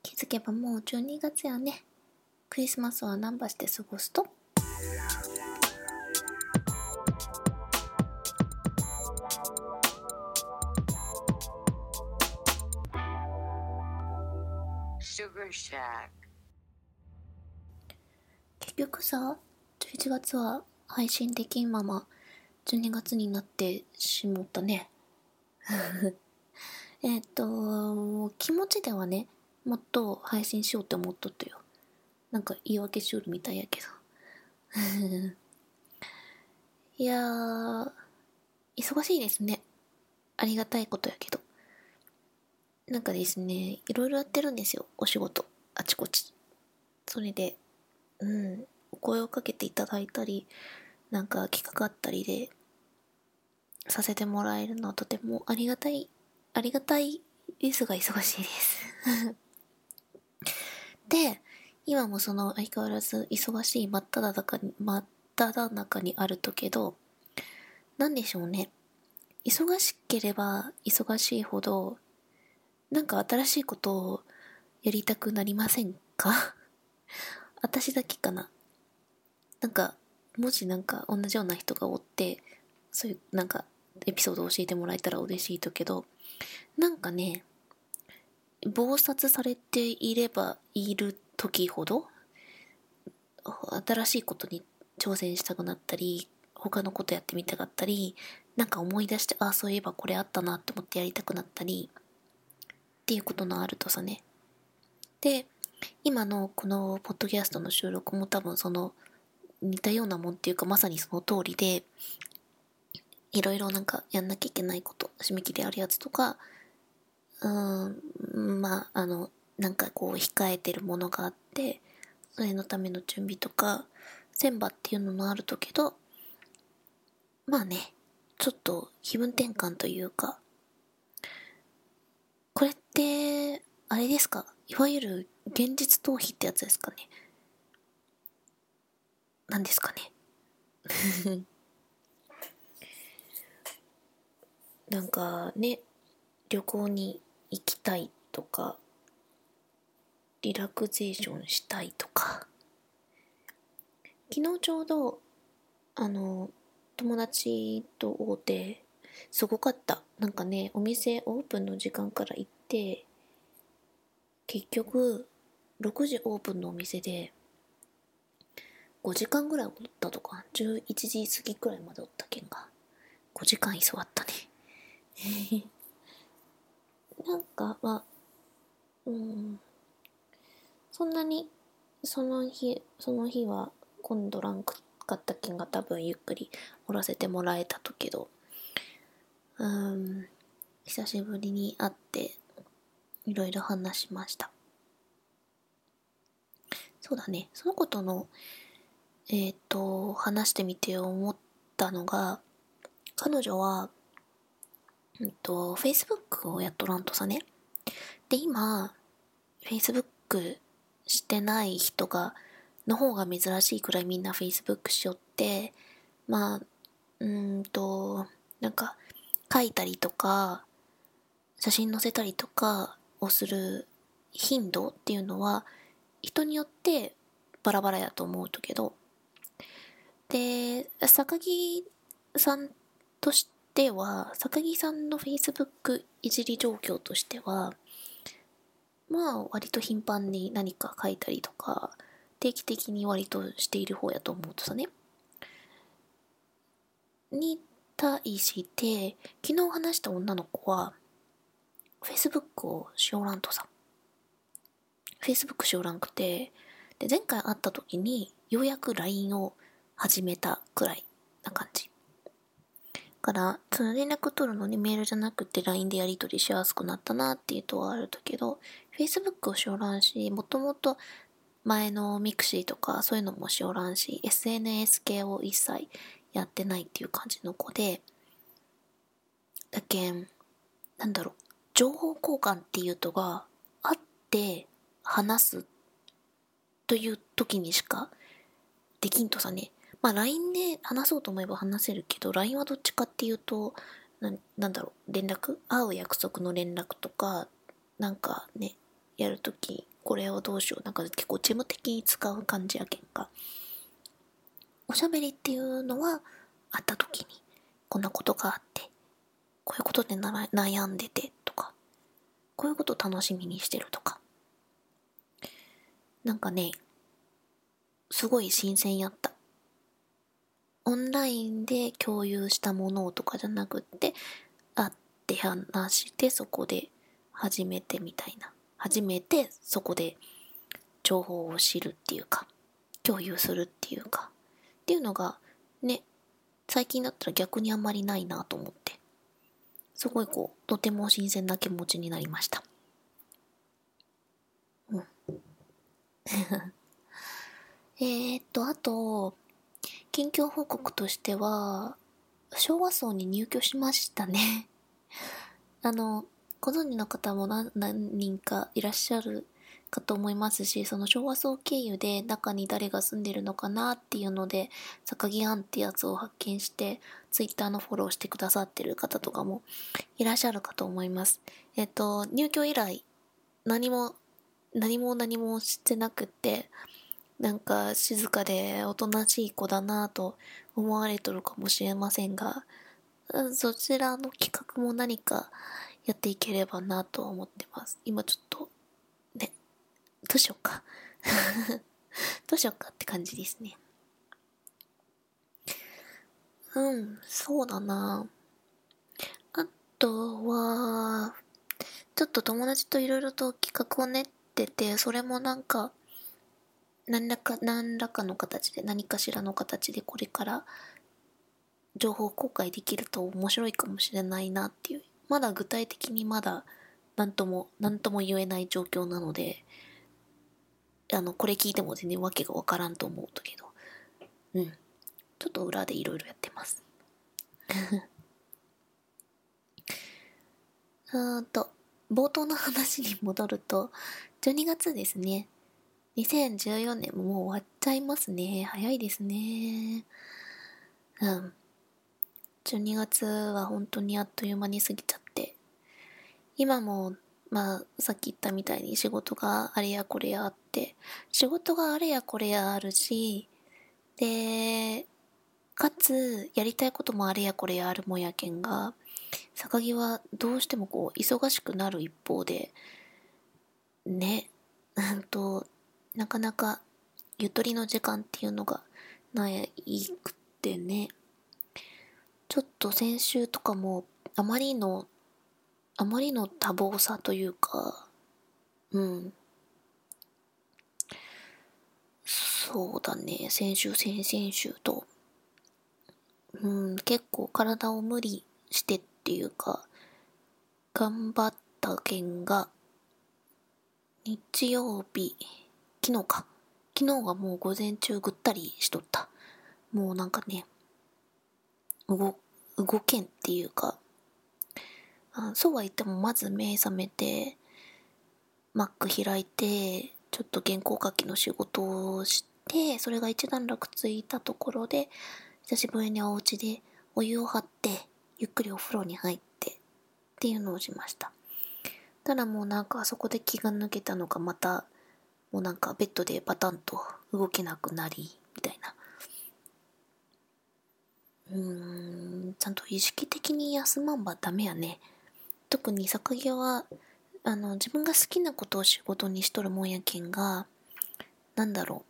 気づけばもう12月やね。クリスマスは何ばして過ごすと？結局さ、11月は配信できんまま12月になってしもったね。気持ちではね、もっと配信しようって思っとったよ。なんか言い訳しよるみたいやけど。いやー、忙しいですね。ありがたいことやけど。なんかですね、いろいろやってるんですよ、お仕事。あちこち。それで、お声をかけていただいたり、なんか企画あったりで、させてもらえるのはとてもありがたいですが忙しいです。で、今もその相変わらず忙しい真っ只中にあるとけど、なんでしょうね。忙しければ忙しいほど、なんか新しいことをやりたくなりませんか？私だけかな。なんか、もしなんか同じような人がおって、そういうなんかエピソードを教えてもらえたら嬉しいとけど、なんかね、忙殺されていればいる時ほど、新しいことに挑戦したくなったり、他のことやってみたかったり、なんか思い出して、あ、そういえばこれあったなって思ってやりたくなったり、っていうことのあるとさね。で、今のこのポッドキャストの収録も多分その似たようなもんっていうかまさにその通りで、いろいろなんかやんなきゃいけないこと、締め切りあるやつとか、なんかこう控えてるものがあって、それのための準備とか、千場っていうのもあるとけど、まあね、ちょっと気分転換というか、これって、あれですか、いわゆる現実逃避ってやつですかね。なんですかね。なんかね、旅行に行きたいとか、リラクゼーションしたいとか。昨日ちょうど、友達と会うて、すごかった。なんかね、お店オープンの時間から行って、結局、6時オープンのお店で、5時間ぐらいおったとか、11時過ぎくらいまでおったけんが、5時間居座ったね。なんか、そんなに、その日は、今度ランク買った件が多分ゆっくりおらせてもらえたとけど、久しぶりに会って、いろいろ話しました。そうだね、そのことの、話してみて思ったのが、彼女は、Facebook をやっとらんとさね。で、今、Facebook してない人の方が珍しいくらいみんな Facebook しよって、まあ、なんか、書いたりとか、写真載せたりとかをする頻度っていうのは、人によってバラバラやと思うとけど、で、坂木さんの Facebook いじり状況としては、まあ割と頻繁に何か書いたりとか、定期的に割としている方やと思うとさね。に対して、昨日話した女の子は、Facebook をしおらんとさ。Facebook しおらんくて、で、前回会った時に、ようやく LINE を始めたくらいな感じ。から、その連絡取るのにメールじゃなくて LINE でやり取りしやすくなったなっていうとはあるけど、Facebook をしおらんし、もともと前のミクシーとかそういうのもしおらんし、SNS 系を一切やってないっていう感じの子で、だけん、なんだろう、情報交換っていうとが、会って話すという時にしかできんとさね。まあ LINE で話そうと思えば話せるけど、LINE はどっちかっていうと、なんだろう、会う約束の連絡とか、なんかね、やるときこれをどうしよう。なんか結構事務的に使う感じやけんか。おしゃべりっていうのは、会った時に、こんなことがあって、こういうことで悩んでてとか、こういうことを楽しみにしてるとか。なんかね、すごい新鮮やった。オンラインで共有したものとかじゃなくって、会って話してそこで初めてみたいな。初めてそこで情報を知るっていうか、共有するっていうか、っていうのがね、最近だったら逆にあんまりないなと思って、すごいとても新鮮な気持ちになりました。うん。あと、近況報告としては、昭和層に入居しましたね。ご存知の方も何人かいらっしゃるかと思いますし、その昭和層経由で中に誰が住んでるのかなっていうので、坂木庵ってやつを発見して、ツイッターのフォローしてくださってる方とかもいらっしゃるかと思います。入居以来、何もしてなくって、なんか静かでおとなしい子だなぁと思われとるかもしれませんが、そちらの企画も何かやっていければなと思ってます。今ちょっと、ね、どうしようか。どうしようかって感じですね。うん、そうだな。あとは、ちょっと友達といろいろと企画を練ってて、それもなんか、何らかの形で、何かしらの形でこれから情報公開できると面白いかもしれないなっていう。まだ具体的にまだ何とも言えない状況なので、これ聞いても全然わけがわからんと思うけど、うん。ちょっと裏でいろいろやってます。冒頭の話に戻ると、12月ですね。2014年ももう終わっちゃいますね。早いですね。うん。12月は本当にあっという間に過ぎちゃって、今も、まあ、さっき言ったみたいに仕事があれやこれやあって、仕事があれやこれやあるし、で、かつ、やりたいこともあれやこれやあるもんやけんが、坂木はどうしても忙しくなる一方で、ね、なかなかゆとりの時間っていうのがないくってね、ちょっと先週とかもあまりの多忙さというか、うん、そうだね、先々週と、結構体を無理してっていうか、頑張った件が、日曜日、昨日か。昨日はもう午前中ぐったりしとった。もうなんかね、動けんっていうか、そうは言ってもまず目覚めて、Mac 開いて、ちょっと原稿書きの仕事をして、それが一段落ついたところで、久しぶりにお家でお湯を張って、ゆっくりお風呂に入ってっていうのをしました。ただもうなんかそこで気が抜けたのかまた、もうなんかベッドでバタンと動けなくなり、みたいな。ちゃんと意識的に休まんばダメやね。特に作業は、自分が好きなことを仕事にしとるもんやけんが、なんだろ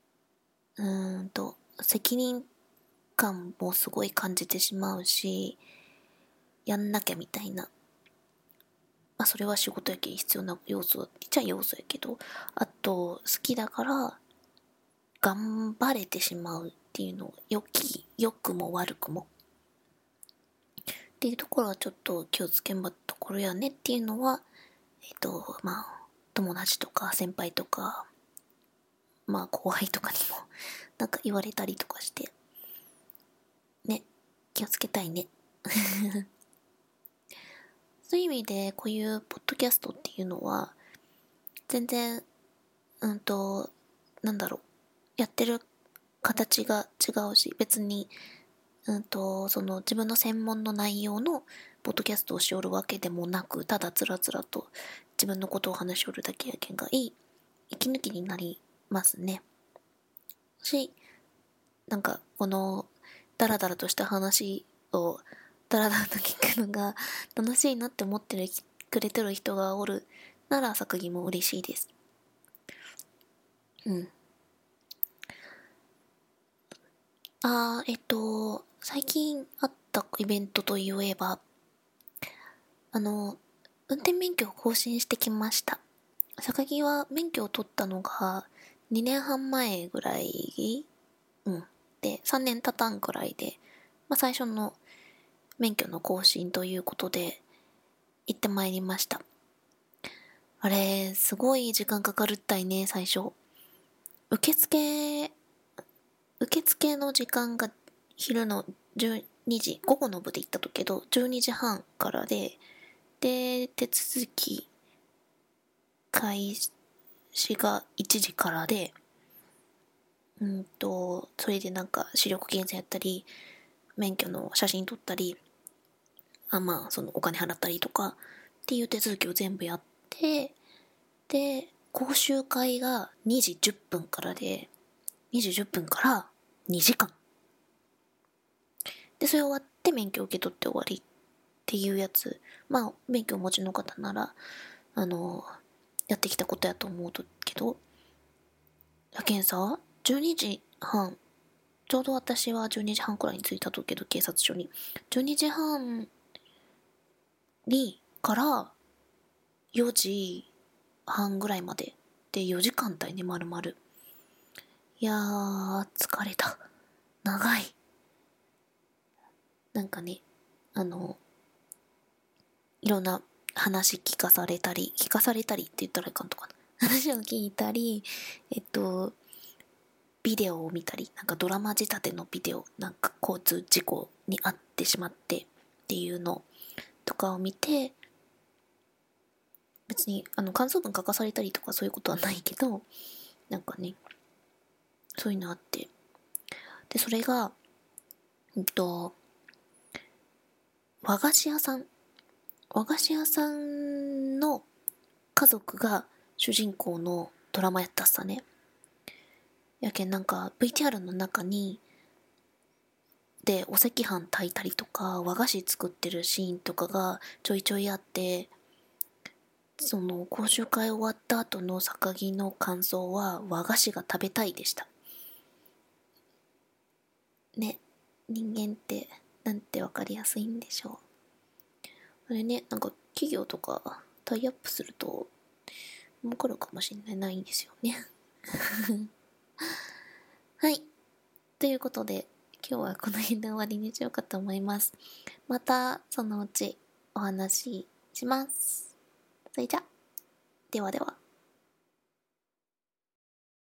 責任感もすごい感じてしまうし、やんなきゃみたいな。まあそれは仕事やけん必要な要素っちゃ要素やけど、あと好きだから頑張れてしまうっていうの、良くも悪くも。っていうところはちょっと気をつけんばところやねっていうのは、まあ、友達とか先輩とか、まあ後輩とかにもなんか言われたりとかして、ね、気をつけたいね。そういう意味で、こういうポッドキャストっていうのは、全然、なんだろう、やってる形が違うし、別に、その自分の専門の内容のポッドキャストをしおるわけでもなく、ただつらつらと自分のことを話しおるだけやけんがいい息抜きになりますね。なんかこのダラダラとした話をダラダラと聞くのが楽しいなって思ってくれてる人がおるなら作技も嬉しいです。うん。最近あったイベントといえば、運転免許を更新してきました。榊は免許を取ったのが2年半前ぐらい、うん。で、3年経たんくらいで、最初の免許の更新ということで行ってまいりました。あれ、すごい時間かかるったいね、最初。受付、受付の時間が昼の12時、午後の部で行ったとけど、12時半からで、手続き開始が1時からで、それでなんか視力検査やったり、免許の写真撮ったり、そのお金払ったりとかっていう手続きを全部やって、で、講習会が2時10分からで、2時10分から2時間。で、それ終わって免許を受け取って終わりっていうやつ。免許をお持ちの方なら、やってきたことやと思うけど、やけんさ、12時半、ちょうど私は12時半くらいに着いたとけど、警察署に。12時半にから4時半ぐらいまでで4時間帯ね、丸々。いやー、疲れた。長い。なんかね、あの、いろんな話聞かされたりって言ったらいかんとかな。話を聞いたり、ビデオを見たり、なんかドラマ仕立てのビデオ、なんか交通事故に遭ってしまってっていうのとかを見て、別に感想文書かされたりとかそういうことはないけど、なんかね、そういうのあって。で、それが、和菓子屋さん。和菓子屋さんの家族が主人公のドラマやったっさね。やけんなんか VTR の中に、で、お赤飯炊いたりとか、和菓子作ってるシーンとかがちょいちょいあって、その講習会終わった後の榊の感想は和菓子が食べたいでした。ね、人間ってなんてわかりやすいんでしょう。あれね、なんか企業とかタイアップすると儲かるかもしれないんですよね。はい。ということで、今日はこの辺で終わりにしようかと思います。またそのうちお話しします。それじゃ、ではでは。